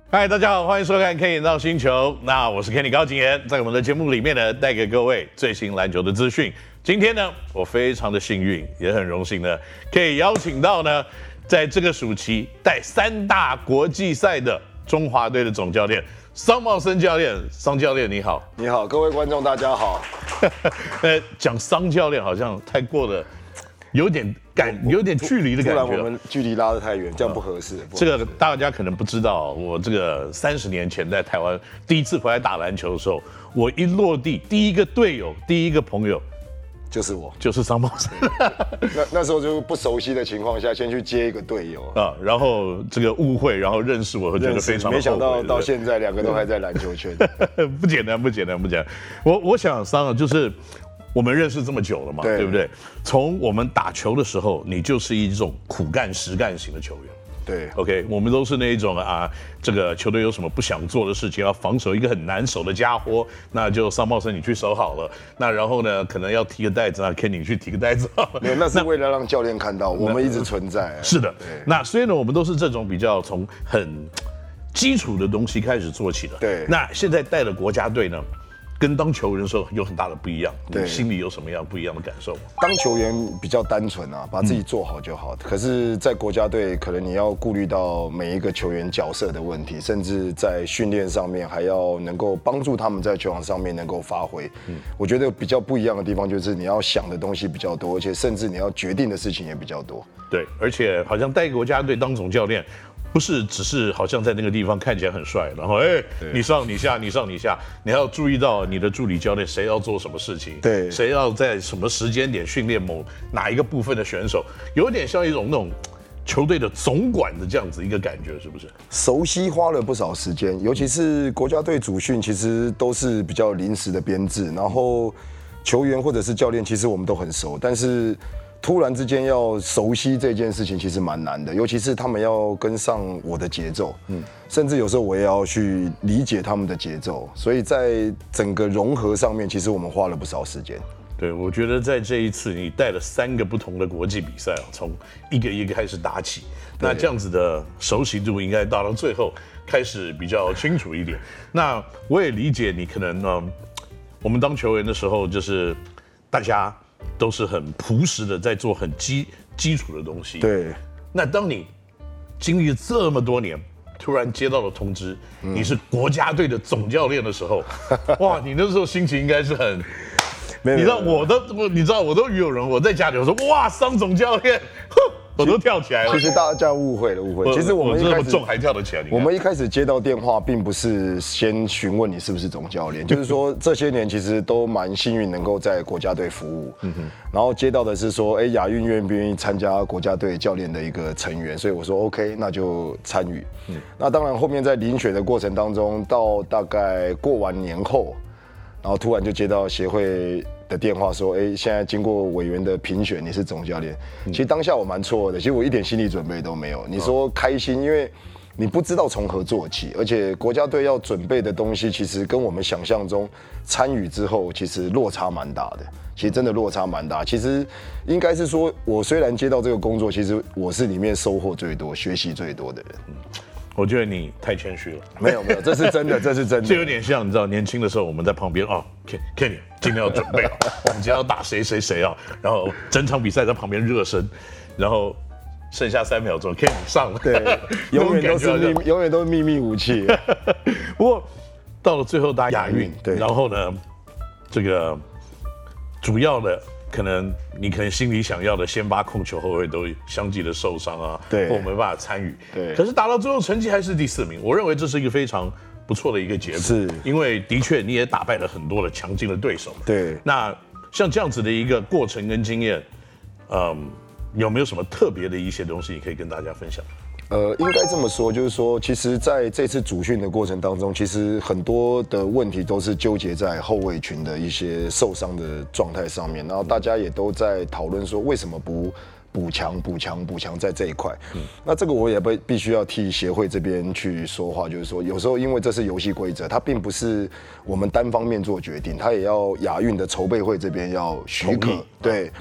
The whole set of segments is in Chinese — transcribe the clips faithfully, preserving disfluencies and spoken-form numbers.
嗨，大家好，欢迎收看《Kenny 到星球》。那我是 Kenny 高景言，在我们的节目里面呢，带给各位最新篮球的资讯。今天呢，我非常的幸运，也很荣幸呢，可以邀请到呢，在这个暑期带三大国际赛的中华队的总教练桑茂森教练。桑教练你好。 你好，各位观众大家好。 呃，讲桑教练好像太过了，有点感，有点距离的感觉。 不然我们距离拉得太远，这样不合适。 这个大家可能不知道，我这个三十年前在台湾第一次回来打篮球的时候，我一落地，第一个队友，第一个朋友。 就是我， 就是桑茂森。 那那时候就不熟悉的情况下，先去接一个队友啊，然后这个误会，然后认识我，会觉得非常。 没想到到现在两个都还在篮球圈， 不简单，不简单，不简单。我我想桑啊，就是我们认识这么久了嘛，对, 对不对？从我们打球的时候，你就是一种苦干实干型的球员。 对 ，OK， 我们都是那一种啊，这个球队有什么不想做的事情，要防守一个很难守的家伙，那就桑茂森你去守好了。那然后呢，可能要提个袋子，那 Kenny 你去提个袋子好了。 没有，那是为了让教练看到我们一直存在。 是的，那所以呢，我们都是这种比较从很基础的东西开始做起的。 对， 那现在带了国家队呢，跟当球员的时候有很大的不一样， 对， 你心里有什么样不一样的感受吗？ 当球员比较单纯啊，把自己做好就好。嗯、可是，在国家队，可能你要顾虑到每一个球员角色的问题，甚至在训练上面还要能够帮助他们在球场上面能够发挥。嗯，我觉得比较不一样的地方就是你要想的东西比较多，而且甚至你要决定的事情也比较多。 对，而且好像带国家队当总教练。不是只是好像在那个地方看起来很帅，然后哎、欸，你上你下你上你下，你还要注意到你的助理教练谁要做什么事情， 对， 谁要在什么时间点训练某哪一个部分的选手，有点像一种那种球队的总管的这样子一个感觉，是不是？ 熟悉花了不少时间，尤其是国家队主训，其实都是比较临时的编制，然后球员或者是教练，其实我们都很熟，但是。突然之间要熟悉这件事情，其实蛮难的，尤其是他们要跟上我的节奏，嗯，甚至有时候我也要去理解他们的节奏，所以在整个融合上面，其实我们花了不少时间。 对，我觉得在这一次你带了三个不同的国际比赛，从一个一个开始打起，那这样子的熟悉度应该到了最后开始比较清楚一点。那我也理解你可能呢，我们当球员的时候就是大家。都是很朴实的，在做很基基础的东西。 对。 那当你经历了这么多年，突然接到了通知，嗯、你是国家队的总教练的时候，哇，你那时候心情应该是很……你知道我都，你知道我都有人，我在家里我说哇，桑总教练，我都跳起来了。 其实大家误会了，误会。其实我们一开始这么重还跳得起来。 我们一开始接到电话，并不是先询问你是不是总教练，就是说这些年其实都蛮幸运能够在国家队服务。嗯哼。然后接到的是说，哎，亚运愿不愿意参加国家队教练的一个成员？所以我说 OK， 那就参与。嗯。那当然后面在遴选的过程当中，到大概过完年后，然后突然就接到协会。的电话说，哎，现在经过委员的评选，你是总教练。其实当下我蛮错的，其实我一点心理准备都没有。你说开心，因为你不知道从何做起，而且国家队要准备的东西，其实跟我们想象中参与之后，其实落差蛮大的。其实真的落差蛮大。其实应该是说，我虽然接到这个工作，其实我是里面收获最多、学习最多的人。 我觉得你太谦虚了。 没有没有，这是真的，这是真的。 这有点像你知道，年轻的时候我们在旁边哦 ，Kenny 今天要准备好，我们今天要打谁谁谁啊，然后整场比赛在旁边热身，然后剩下三秒钟 ，Kenny 上了。 对，永远都是秘，永远都是秘密武器。 不过到了最后打亚运， 对， 然后呢，这个主要的。可能你可能心里想要的先发控球后卫都相继的受伤啊， 对， 或没办法参与， 对。 可是打到最后成绩还是第四名，我认为这是一个非常不错的一个结果， 是因为的确你也打败了很多的强劲的对手， 对。 那像这样子的一个过程跟经验，嗯，有没有什么特别的一些东西你可以跟大家分享？ 呃，应该这么说，就是说，其实在这次主训的过程当中，其实很多的问题都是纠结在后卫群的一些受伤的状态上面，然后大家也都在讨论说，为什么不补强、补强、补强在这一块？嗯，那这个我也必必须要替协会这边去说话，就是说，有时候因为这是游戏规则，它并不是我们单方面做决定，它也要亚运的筹备会这边要许可，对。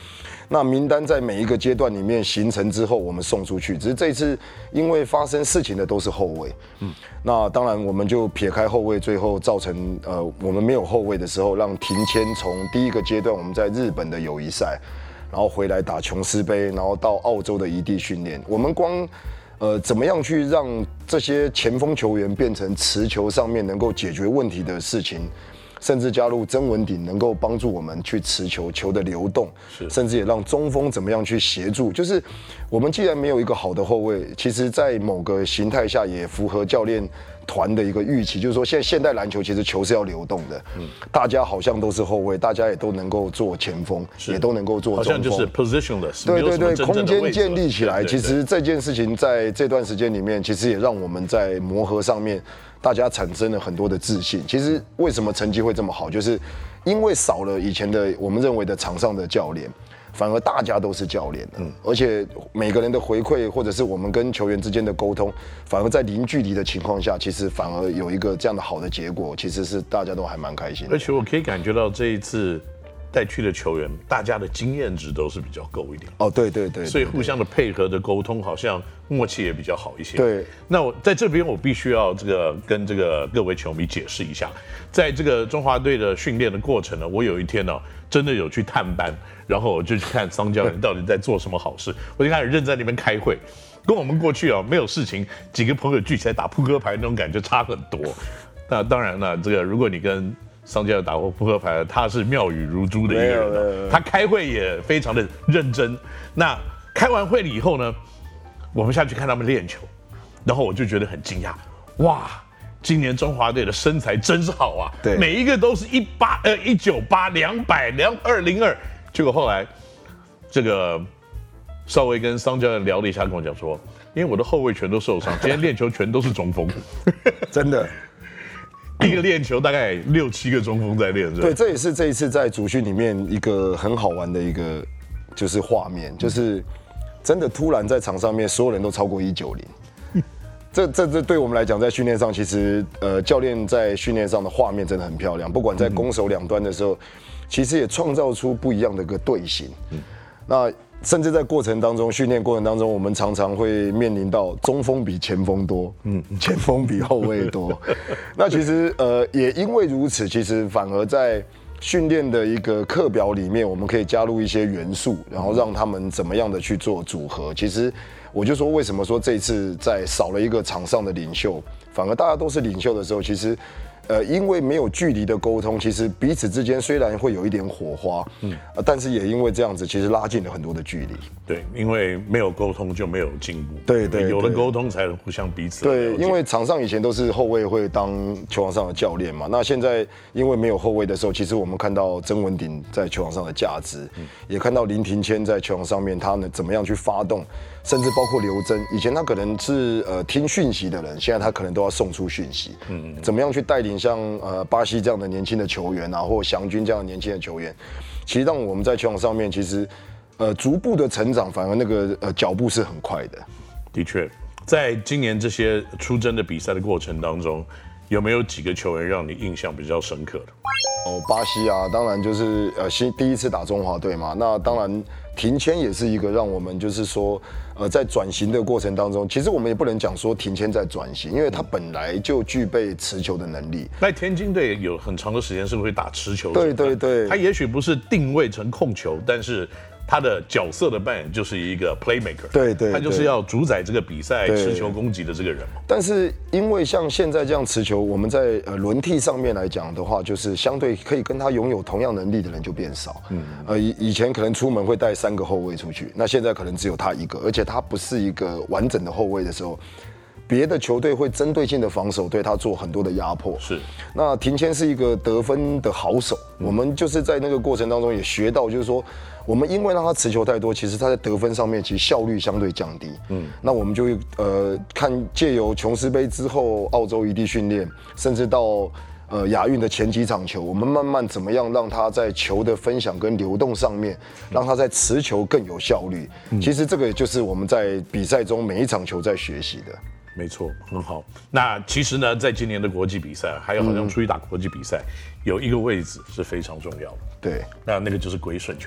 那名单在每一个阶段里面形成之后，我们送出去。只是这一次因为发生事情的都是后卫，嗯，那当然我们就撇开后卫，最后造成呃我们没有后卫的时候，让庭谦从第一个阶段我们在日本的友谊赛，然后回来打琼斯杯，然后到澳洲的异地训练，我们光。呃，怎么样去让这些前锋球员变成持球上面能够解决问题的事情，甚至加入曾文鼎能够帮助我们去持球球的流动，甚至也让中锋怎么样去协助。就是我们既然没有一个好的后卫，其实在某个形态下也符合教练团的一个预期，就是说现在现代篮球其实球是要流动的，嗯，大家好像都是后卫，大家也都能够做前锋，也都能够做中锋， 好像就是 positionless， 对对对，空间建立起来。其实这件事情在这段时间里面，其实也让我们在磨合上面，大家产生了很多的自信。其实为什么成绩会这么好，就是因为少了以前的我们认为的场上的教练。反而大家都是教练，嗯，而且每个人的回馈或者是我们跟球员之间的沟通，反而在零距离的情况下，其实反而有一个这样的好的结果，其实是大家都还蛮开心的。 而且我可以感觉到这一次带去的球员，大家的经验值都是比较够一点。 哦，对对 对, 对， 所以互相的配合的沟通，好像默契也比较好一些。 对， 那我在这边我必须要这个跟这个各位球迷解释一下，在这个中华队的训练的过程呢，我有一天呢、哦、真的有去探班。然后我就去看桑教练到底在做什么好事，我就开始认在那边开会，跟我们过去啊没有事情，几个朋友聚起来打扑克牌那种感觉差很多。那当然了，这个如果你跟桑教练打过扑克牌，他是妙语如珠的一个人、哦，他开会也非常的认真。那开完会了以后呢，我们下去看他们练球，然后我就觉得很惊讶，哇！今年中华队的身材真是好啊， 对， 每一个都是一八呃一九八两百两二零二。结果后来，这个稍微跟桑教练聊了一下，跟我讲说，因为我的后卫全都受伤，今天练球全都是中锋， 真的， 一个练球大概六七个中锋在练。 对，这也是这一次在主训里面一个很好玩的一个就是画面，就是真的突然在场上面所有人都超过一九零。这这这对我们来讲，在训练上，其实呃教练在训练上的画面真的很漂亮，不管在攻守两端的时候。其实也创造出不一样的一个队形，嗯，那甚至在过程当中，训练过程当中，我们常常会面临到中锋比前锋多，嗯，前锋比后卫多。那其实呃也因为如此，其实反而在训练的一个课表里面，我们可以加入一些元素，然后让他们怎么样的去做组合。其实我就说，为什么说这一次在少了一个场上的领袖，反而大家都是领袖的时候，其实。呃，因为没有距离的沟通，其实彼此之间虽然会有一点火花，嗯，呃、但是也因为这样子，其实拉近了很多的距离。 对，因为没有沟通就没有进步。 对 对, 对， 有了沟通才能互相彼此。 对，因为场上以前都是后卫会当球场上的教练嘛，那现在因为没有后卫的时候，其实我们看到曾文鼎在球场上的价值，嗯、也看到林庭谦在球场上面他呢怎么样去发动，甚至包括刘真，以前他可能是呃听讯息的人，现在他可能都要送出讯息，嗯嗯，怎么样去带领像呃巴西这样的年轻的球员啊，或祥军这样的年轻的球员，其实让我们在球场上面其实。呃，逐步的成长，反而那个呃脚步是很快的。 的确，在今年这些出征的比赛的过程当中，有没有几个球员让你印象比较深刻的？ 哦，巴西啊，当然就是呃新第一次打中华队嘛。那当然，庭谦也是一个让我们就是说，呃，在转型的过程当中，其实我们也不能讲说庭谦在转型，因为他本来就具备持球的能力。 在天津队有很长的时间是会打持球， 对对对， 他也许不是定位成控球，但是。他的角色的扮演就是一个 playmaker， 对 对, 对， 他就是要主宰这个比赛持球攻击的这个人嘛。 但是因为像现在这样持球，我们在呃轮替上面来讲的话，就是相对可以跟他拥有同样能力的人就变少。嗯，呃以以前可能出门会带三个后卫出去，那现在可能只有他一个，而且他不是一个完整的后卫的时候。别的球队会针对性的防守，对他做很多的压迫。 是， 那庭谦是一个得分的好手，嗯、我们就是在那个过程当中也学到，就是说，我们因为让他持球太多，其实他在得分上面其实效率相对降低。嗯，那我们就呃看借由琼斯杯之后，澳洲异地训练，甚至到呃亚运的前几场球，我们慢慢怎么样让他在球的分享跟流动上面，让他在持球更有效率。嗯、其实这个就是我们在比赛中每一场球在学习的。 没错，很好。那其实呢，在今年的国际比赛，还有好像出去打国际比赛，嗯、有一个位置是非常重要的。 对， 那那个就是归顺球员。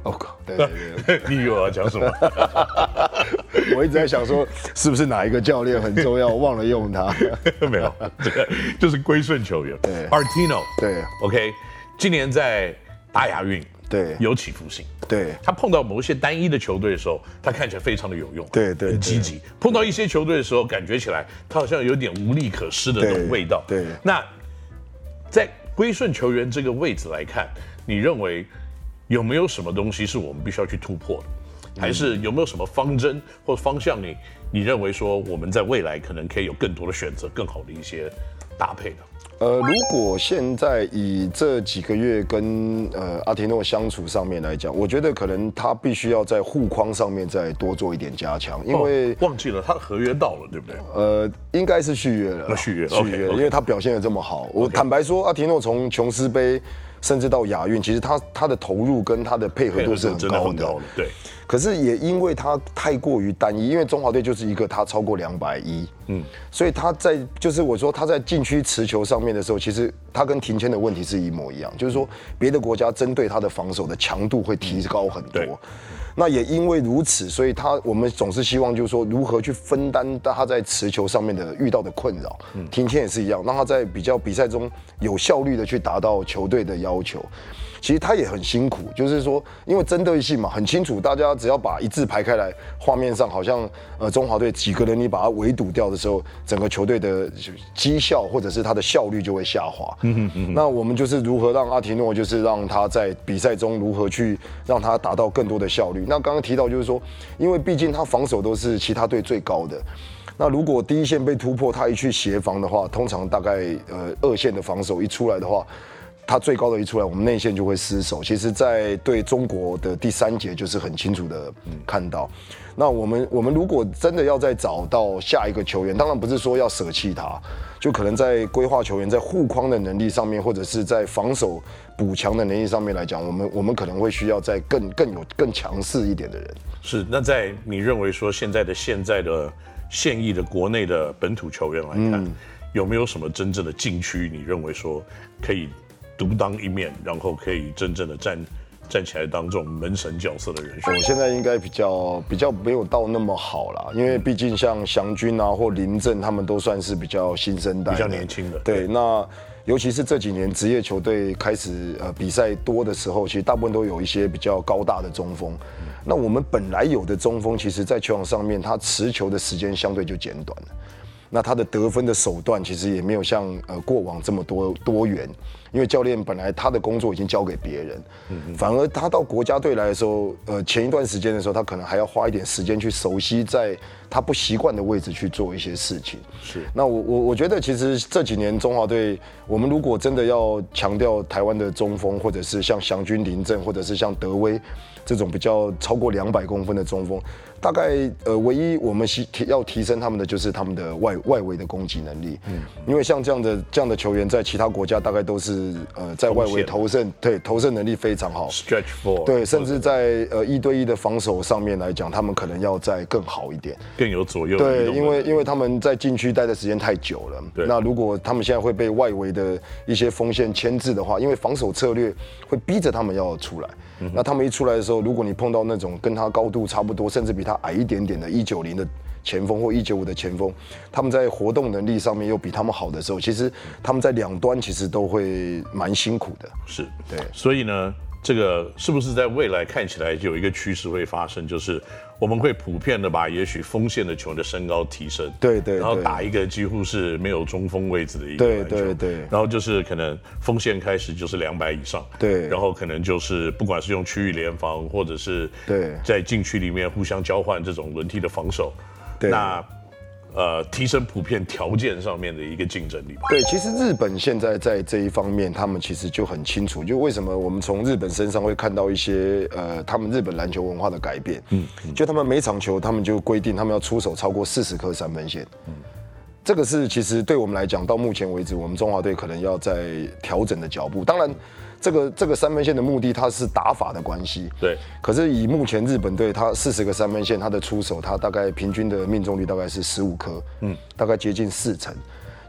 哦靠，对对对， 你以为我要讲什么？ 我一直在想说，是不是哪一个教练很重要，忘了用他？ 没有，这个就是归顺球员。 对 ，Artino， 对 ，OK， 今年在打亚运， 对， 有起伏性。 对， 他碰到某一些单一的球队的时候，他看起来非常的有用， 对对， 很积极。碰到一些球队的时候，感觉起来他好像有点无力可施的那种味道。 对， 那在归顺球员这个位置来看，你认为有没有什么东西是我们必须要去突破的？还是有没有什么方针或方向你你认为说我们在未来可能可以有更多的选择，更好的一些搭配呢？ 呃，如果现在以这几个月跟呃阿提诺相处上面来讲，我觉得可能他必须要在护框上面再多做一点加强，因为、 哦、忘记了他的合约到了，对不对？ 呃，应该是续约了， 那续约续约， okay, okay. 因为他表现得这么好。我坦白说，阿提诺从琼斯杯甚至到亚运，其实他他的投入跟他的配合度是很高的， 对。 可是也因为他太过于单一，因为中华队就是一个他超过两百一，嗯，所以他在就是我说他在禁区持球上面的时候，其实他跟庭谦的问题是一模一样，就是说别的国家针对他的防守的强度会提高很多。嗯、那也因为如此，所以他我们总是希望就是说如何去分担他在持球上面的遇到的困扰。嗯，庭谦也是一样，让他在比较比赛中有效率的去达到球队的要求。其实他也很辛苦，就是说，因为针对性嘛，很清楚，大家只要把一字排开来，画面上好像呃中华队几个人你把它围堵掉的时候，整个球队的绩效或者是他的效率就会下滑。嗯嗯那我们就是如何让阿提诺，就是让他在比赛中如何去让他达到更多的效率。那刚刚提到就是说，因为毕竟他防守都是其他队最高的。那如果第一线被突破，他一去协防的话，通常大概呃二线的防守一出来的话，他最高的一出来，我们内线就会失守。其实，在对中国的第三节就是很清楚的看到。那我们我们如果真的要再找到下一个球员，当然不是说要舍弃他，就可能在规划球员在护框的能力上面，或者是在防守补强的能力上面来讲，我们我们可能会需要在更更有更强势一点的人。 是，那在你认为说现在的现在的现役的国内的本土球员来看，嗯、有没有什么真正的禁区？你认为说可以独当一面，然后可以真正的站站起来当这种门神角色的人选？ 我现在应该比较比较没有到那么好啦，因为毕竟像祥军啊或林振他们都算是比较新生代， 比较年轻的。 对，那尤其是这几年职业球队开始呃比赛多的时候，其实大部分都有一些比较高大的中锋。嗯、那我们本来有的中锋，其实在球场上面他持球的时间相对就减短了。那他的得分的手段其实也没有像呃过往这么多多元，因为教练本来他的工作已经交给别人，嗯、反而他到国家队来的时候，呃前一段时间的时候，他可能还要花一点时间去熟悉在他不习惯的位置去做一些事情。 是， 那我我我觉得其实这几年中华队，我们如果真的要强调台湾的中锋，或者是像祥军、林振，或者是像德威这种比较超过两百公分的中锋。大概呃，唯一我们提要提升他们的就是他们的外外围的攻击能力，嗯，因为像这样的这样的球员在其他国家大概都是呃在外围投射，对投射能力非常好 ，stretch four， 对，甚至在呃一对一的防守上面来讲，他们可能要再更好一点， 更有左右对，因为因为他们在禁区待的时间太久了，对，那如果他们现在会被外围的一些锋线牵制的话，因为防守策略会逼着他们要出来。那他们一出来的时候，如果你碰到那种跟他高度差不多，甚至比他矮一点点的一九零的前锋或一九五的前锋，他们在活动能力上面又比他们好的时候，其实他们在两端其实都会蛮辛苦的。 是， 对。 所以呢，这个是不是在未来看起来有一个趋势会发生，就是我们会普遍的把也许锋线的球员的身高提升， 对 对, 对， 然后打一个几乎是没有中锋位置的一个对篮球， 对对， 然后就是可能锋线开始就是两百以上， 对， 然后可能就是不管是用区域联防，或者是对在禁区里面互相交换这种轮替的防守， 对， 那。呃，提升普遍条件上面的一个竞争力吧。 对，其实日本现在在这一方面，他们其实就很清楚，就为什么我们从日本身上会看到一些呃，他们日本篮球文化的改变。嗯，嗯就他们每场球，他们就规定他们要出手超过四十颗三分线。嗯，这个是其实对我们来讲，到目前为止，我们中华队可能要在调整的脚步。当然。这个这个三分线的目的，它是打法的关系。 对。 可是以目前日本队，它四十个三分线，它的出手，它大概平均的命中率大概是十五颗，嗯，大概接近四成。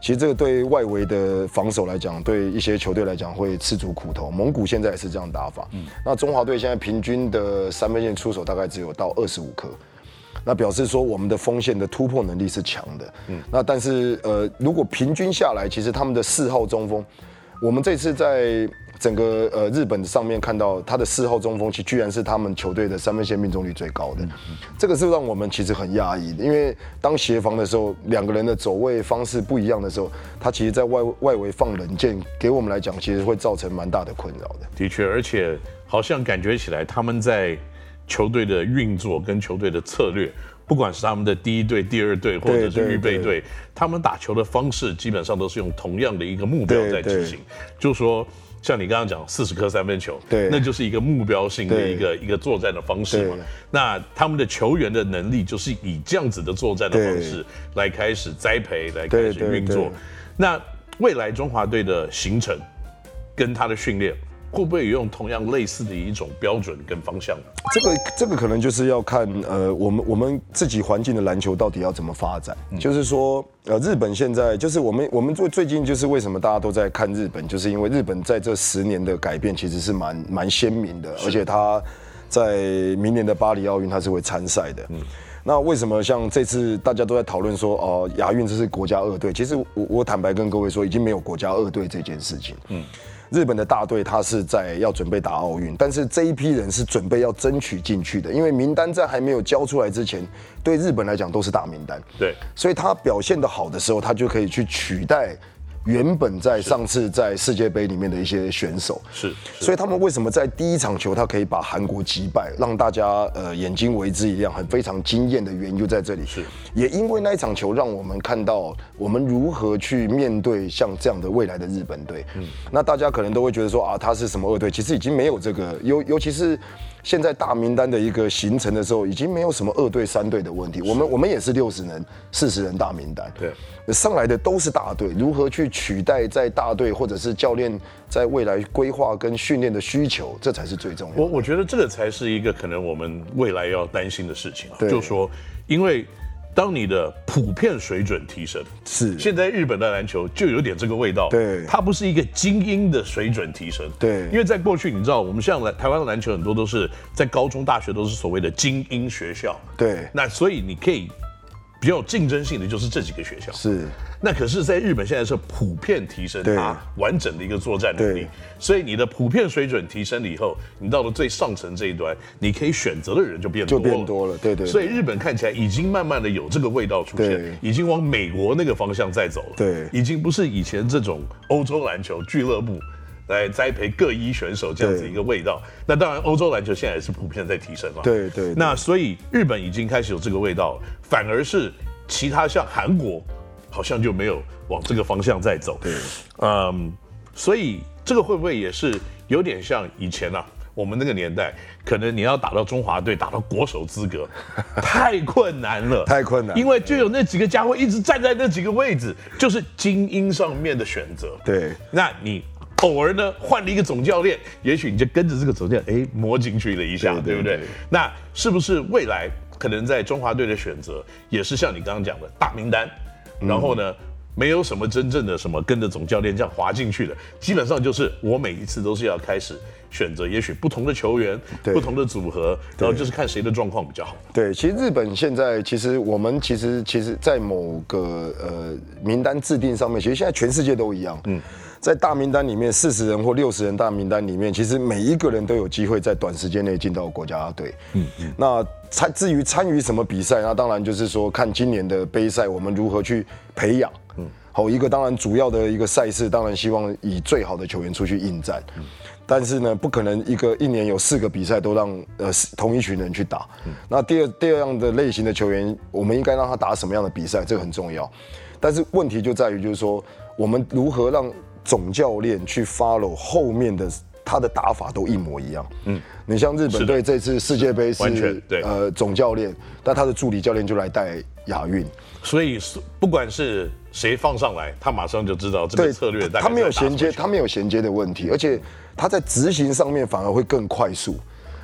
其实这个对外围的防守来讲，对一些球队来讲会吃足苦头。蒙古现在也是这样打法。嗯、那中华队现在平均的三分线出手大概只有到二十五颗。那表示说我们的锋线的突破能力是强的，嗯，那但是呃，如果平均下来，其实他们的四号中锋，我们这次在整个呃日本上面看到他的四号中锋，其实居然是他们球队的三分线命中率最高的，嗯嗯、这个是让我们其实很压抑的，因为当协防的时候，两个人的走位方式不一样的时候，他其实在外外围放冷箭，给我们来讲，其实会造成蛮大的困扰的。 的确，而且好像感觉起来他们在球队的运作跟球队的策略，不管是他们的第一队、第二队，或者是预备队，他们打球的方式基本上都是用同样的一个目标在执行。就是说，像你刚刚讲四十颗三分球，对，那就是一个目标性的一个一个作战的方式嘛。那他们的球员的能力就是以这样子的作战的方式来开始栽培，来开始运作。那未来中华队的行程跟他的训练，会不会用同样类似的一种标准跟方向呢？ 这个这个可能就是要看呃我们我们自己环境的篮球到底要怎么发展。嗯、就是说呃日本现在就是我们我们最最近就是为什么大家都在看日本，就是因为日本在这十年的改变其实是蛮蛮鲜明的，而且他在明年的巴黎奥运他是会参赛的。嗯。那为什么像这次大家都在讨论说哦亚运这是国家二队？其实我我坦白跟各位说，已经没有国家二队这件事情。嗯。日本的大队他是在要准备打奥运，但是这一批人是准备要争取进去的，因为名单在还没有交出来之前，对日本来讲都是大名单。 对， 所以他表现得好的时候，他就可以去取代原本在上次在世界杯里面的一些选手。 是， 所以他们为什么在第一场球他可以把韩国击败，让大家呃眼睛为之一亮，很非常惊艳的原因就在这里。 是，也因为那一场球让我们看到我们如何去面对像这样的未来的日本队。嗯，那大家可能都会觉得说啊，他是什么二队？其实已经没有这个，尤尤其是现在大名单的一个形成的时候，已经没有什么二队、三队的问题。我们我们也是六十人、四十人大名单。 对。 上来的都是大队，如何去取代在大队或者是教练在未来规划跟训练的需求，这才是最重要的。 我我觉得这个才是一个可能我们未来要担心的事情啊，就是说，因为当你的普遍水准提升， 是现在日本的篮球就有点这个味道， 对， 它不是一个精英的水准提升， 对， 因为在过去你知道，我们像台湾的篮球很多都是在高中、大学都是所谓的精英学校， 对， 那所以你可以。比较有竞争性的就是这几个学校， 是。 那可是，在日本现在是普遍提升它完整的一个作战能力，所以你的普遍水准提升了以后，你到了最上层这一端，你可以选择的人就变多了， 就变多了，对 对, 对。 所以日本看起来已经慢慢的有这个味道出现，已经往美国那个方向在走了， 对， 已经不是以前这种欧洲篮球俱乐部来栽培各一选手这样子一个味道。那当然，欧洲篮球现在也是普遍在提升嘛。 对 对, 对。 那所以日本已经开始有这个味道，反而是其他像韩国，好像就没有往这个方向在走。 对， 嗯，所以这个会不会也是有点像以前啊？我们那个年代，可能你要打到中华队，打到国手资格，太困难了， 太困难， 因为就有那几个家伙一直站在那几个位置，就是精英上面的选择。 对， 那你偶尔呢换了一个总教练，也许你就跟着这个总教练，哎，摸进去了一下， 对, 对, 对不对？那是不是未来可能在中华队的选择，也是像你刚刚讲的大名单，嗯、然后呢？没有什么真正的什么跟着总教练这样滑进去的，基本上就是我每一次都是要开始选择，也许不同的球员、不同的组合，然后就是看谁的状况比较好。 对，其实日本现在其实我们其实其实，在某个呃名单制定上面，其实现在全世界都一样。嗯，在大名单里面，四十人或六十人大名单里面，其实每一个人都有机会在短时间内进到国家队。嗯嗯，那参至于参与什么比赛，那当然就是说看今年的杯赛，我们如何去培养。嗯，好，一个当然主要的一个赛事，当然希望以最好的球员出去应战，嗯、但是呢，不可能一个一年有四个比赛都让呃同一群人去打。嗯、那第二第二样的类型的球员，我们应该让他打什么样的比赛，这个很重要。但是问题就在于，就是说我们如何让总教练去 follow 后面的他的打法都一模一样。嗯，你像日本队这次世界杯是呃总教练，但他的助理教练就来带亚运， 所以不管是谁放上来，他马上就知道这个策略大概他没有衔接，他没有衔接的问题，而且他在执行上面反而会更快速。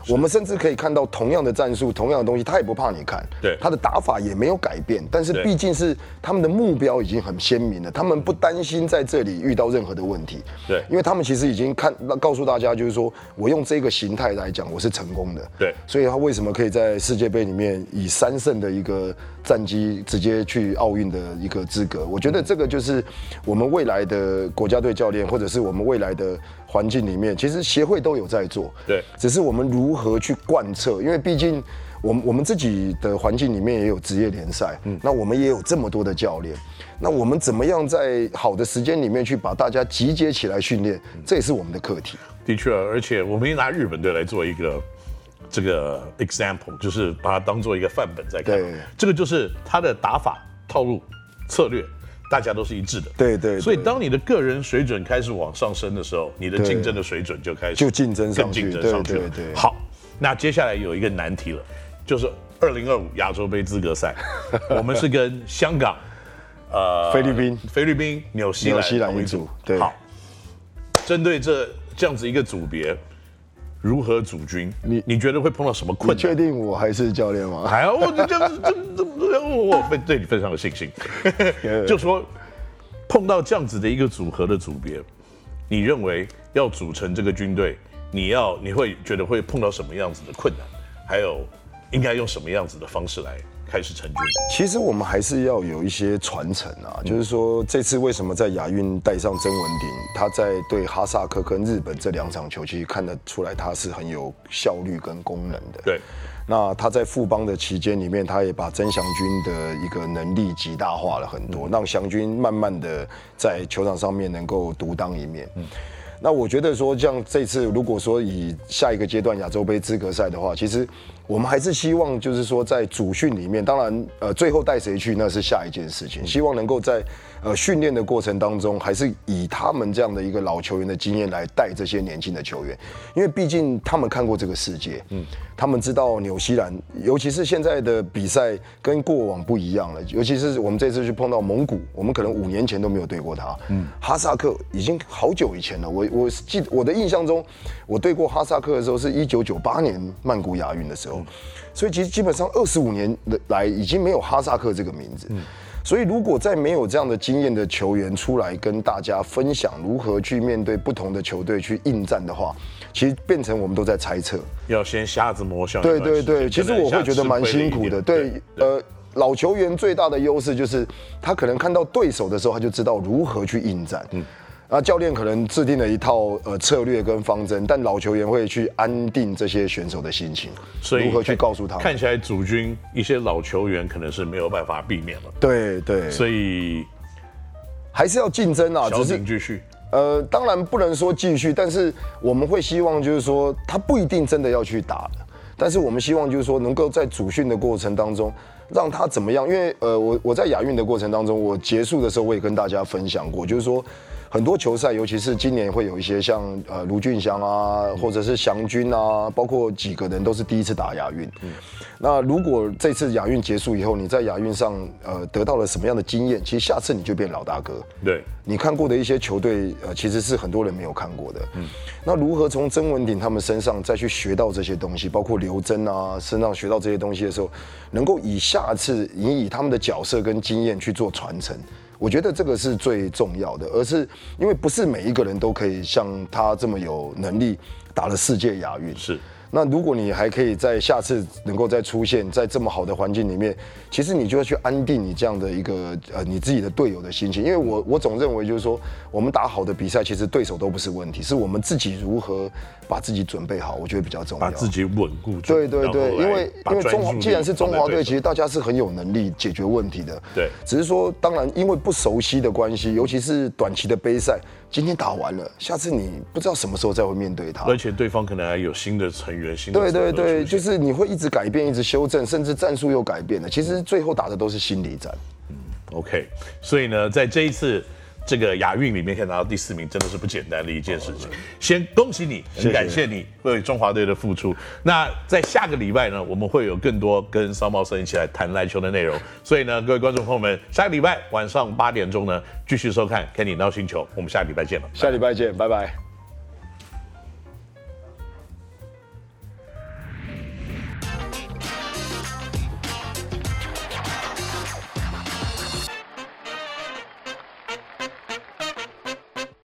我们甚至可以看到同样的战术、同样的东西，他也不怕你看， 对， 他的打法也没有改变，但是毕竟是他们的目标已经很鲜明了，他们不担心在这里遇到任何的问题， 对， 因为他们其实已经看告诉大家，就是说我用这个形态来讲，我是成功的， 对， 所以他为什么可以在世界杯里面以三胜的一个战绩直接去奥运的一个资格？我觉得这个就是我们未来的国家队教练，或者是我们未来的环境里面，其实协会都有在做， 对， 只是我们如何去贯彻，因为毕竟我们我们自己的环境里面也有职业联赛，嗯，那我们也有这么多的教练，那我们怎么样在好的时间里面去把大家集结起来训练，这也是我们的课题。 的确，而且我们也拿日本队来做一个这个 example， 就是把它当做一个范本在看。 对， 这个就是他的打法、套路、策略，大家都是一致的。 对 对, 对。 所以当你的个人水准开始往上升的时候，你的竞争的水准就开始就竞争上去， 更竞争上去了。 对对对。 好，那接下来有一个难题了，就是二零二五亚洲杯资格赛，我们是跟香港、 呃菲律宾、 菲律宾、纽西兰纽西兰一组。对。 好，针对这这样子一个组别。如何组军？你你觉得会碰到什么困难？ 你确定我还是教练吗？ 还要我这这这这我对对你非常有信心。就说碰到这样子的一个组合的组别，你认为要组成这个军队，你要你会觉得会碰到什么样子的困难？还有应该用什么样子的方式来开始成军？ 其实我们还是要有一些传承啊，嗯、就是说这次为什么在亚运带上曾文鼎，他在对哈萨克跟日本这两场球，其实看得出来他是很有效率跟功能的。 对。 那他在富邦的期间里面，他也把曾祥军的一个能力极大化了很多，嗯、让祥军慢慢的在球场上面能够独当一面。嗯。那我觉得说，像这次如果说以下一个阶段亚洲杯资格赛的话，其实我们还是希望就是说在主训里面，当然呃最后带谁去那是下一件事情，希望能够在呃训练的过程当中，还是以他们这样的一个老球员的经验来带这些年轻的球员，因为毕竟他们看过这个世界，嗯，他们知道纽西兰，尤其是现在的比赛跟过往不一样了，尤其是我们这次去碰到蒙古，我们可能五年前都没有对过他，嗯，哈萨克已经好久以前了，我。我记我的印象中，我对过哈萨克的时候是一九九八年曼谷亚运的时候，所以其实基本上二十五年来已经没有哈萨克这个名字。所以如果再没有这样的经验的球员出来跟大家分享如何去面对不同的球队去应战的话，其实变成我们都在猜测， 要先瞎子摸象。 对对对，其实我会觉得蛮辛苦的。对，呃。老球员最大的优势就是他可能看到对手的时候，他就知道如何去应战。嗯，啊，教练可能制定了一套呃策略跟方针，但老球员会去安定这些选手的心情，所以如何去告诉他们？ 看起来组军一些老球员可能是没有办法避免了。 对对， 所以还是要竞争啊， 只是继续。 呃，当然不能说继续，但是我们会希望就是说，他不一定真的要去打了。但是我们希望就是说，能够在主训的过程当中，让他怎么样？因为呃，我我在亚运的过程当中，我结束的时候我也跟大家分享过，就是说很多球赛，尤其是今年会有一些像呃卢俊祥啊，或者是祥军啊，包括几个人都是第一次打亚运。嗯，那如果这次亚运结束以后，你在亚运上呃得到了什么样的经验，其实下次你就变老大哥。 对， 你看过的一些球队，呃，其实是很多人没有看过的。嗯，那如何从曾文鼎他们身上再去学到这些东西，包括刘真啊身上学到这些东西的时候，能够以下次你以他们的角色跟经验去做传承，我觉得这个是最重要的。而是因为不是每一个人都可以像他这么有能力打了世界亚运。 是。 那如果你还可以在下次能够再出现在这么好的环境里面，其实你就要去安定你这样的一个呃你自己的队友的心情，因为我我总认为就是说，我们打好的比赛，其实对手都不是问题，是我们自己如何把自己准备好，我觉得比较重要。 把自己稳固住。 对对对，因为因为中华既然是中华队，其实大家是很有能力解决问题的。 对， 只是说当然因为不熟悉的关系，尤其是短期的杯赛。今天打完了，下次你不知道什么时候再会面对他， 而且对方可能还有新的成员、新的对对对，就是你会一直改变、一直修正，甚至战术又改变了。其实最后打的都是心理战。 嗯 ，OK， 所以呢，在这一次这个亚运里面可以拿到第四名，真的是不简单的一件事情。先恭喜你，很感谢你为中华队的付出。那在下个礼拜呢，我们会有更多跟骚茂生一起来谈篮球的内容。所以呢，各位观众朋友们，下个礼拜晚上八点钟呢，继续收看《Kenny 闹星球》，我们下个礼拜见了。 下礼拜见，拜拜。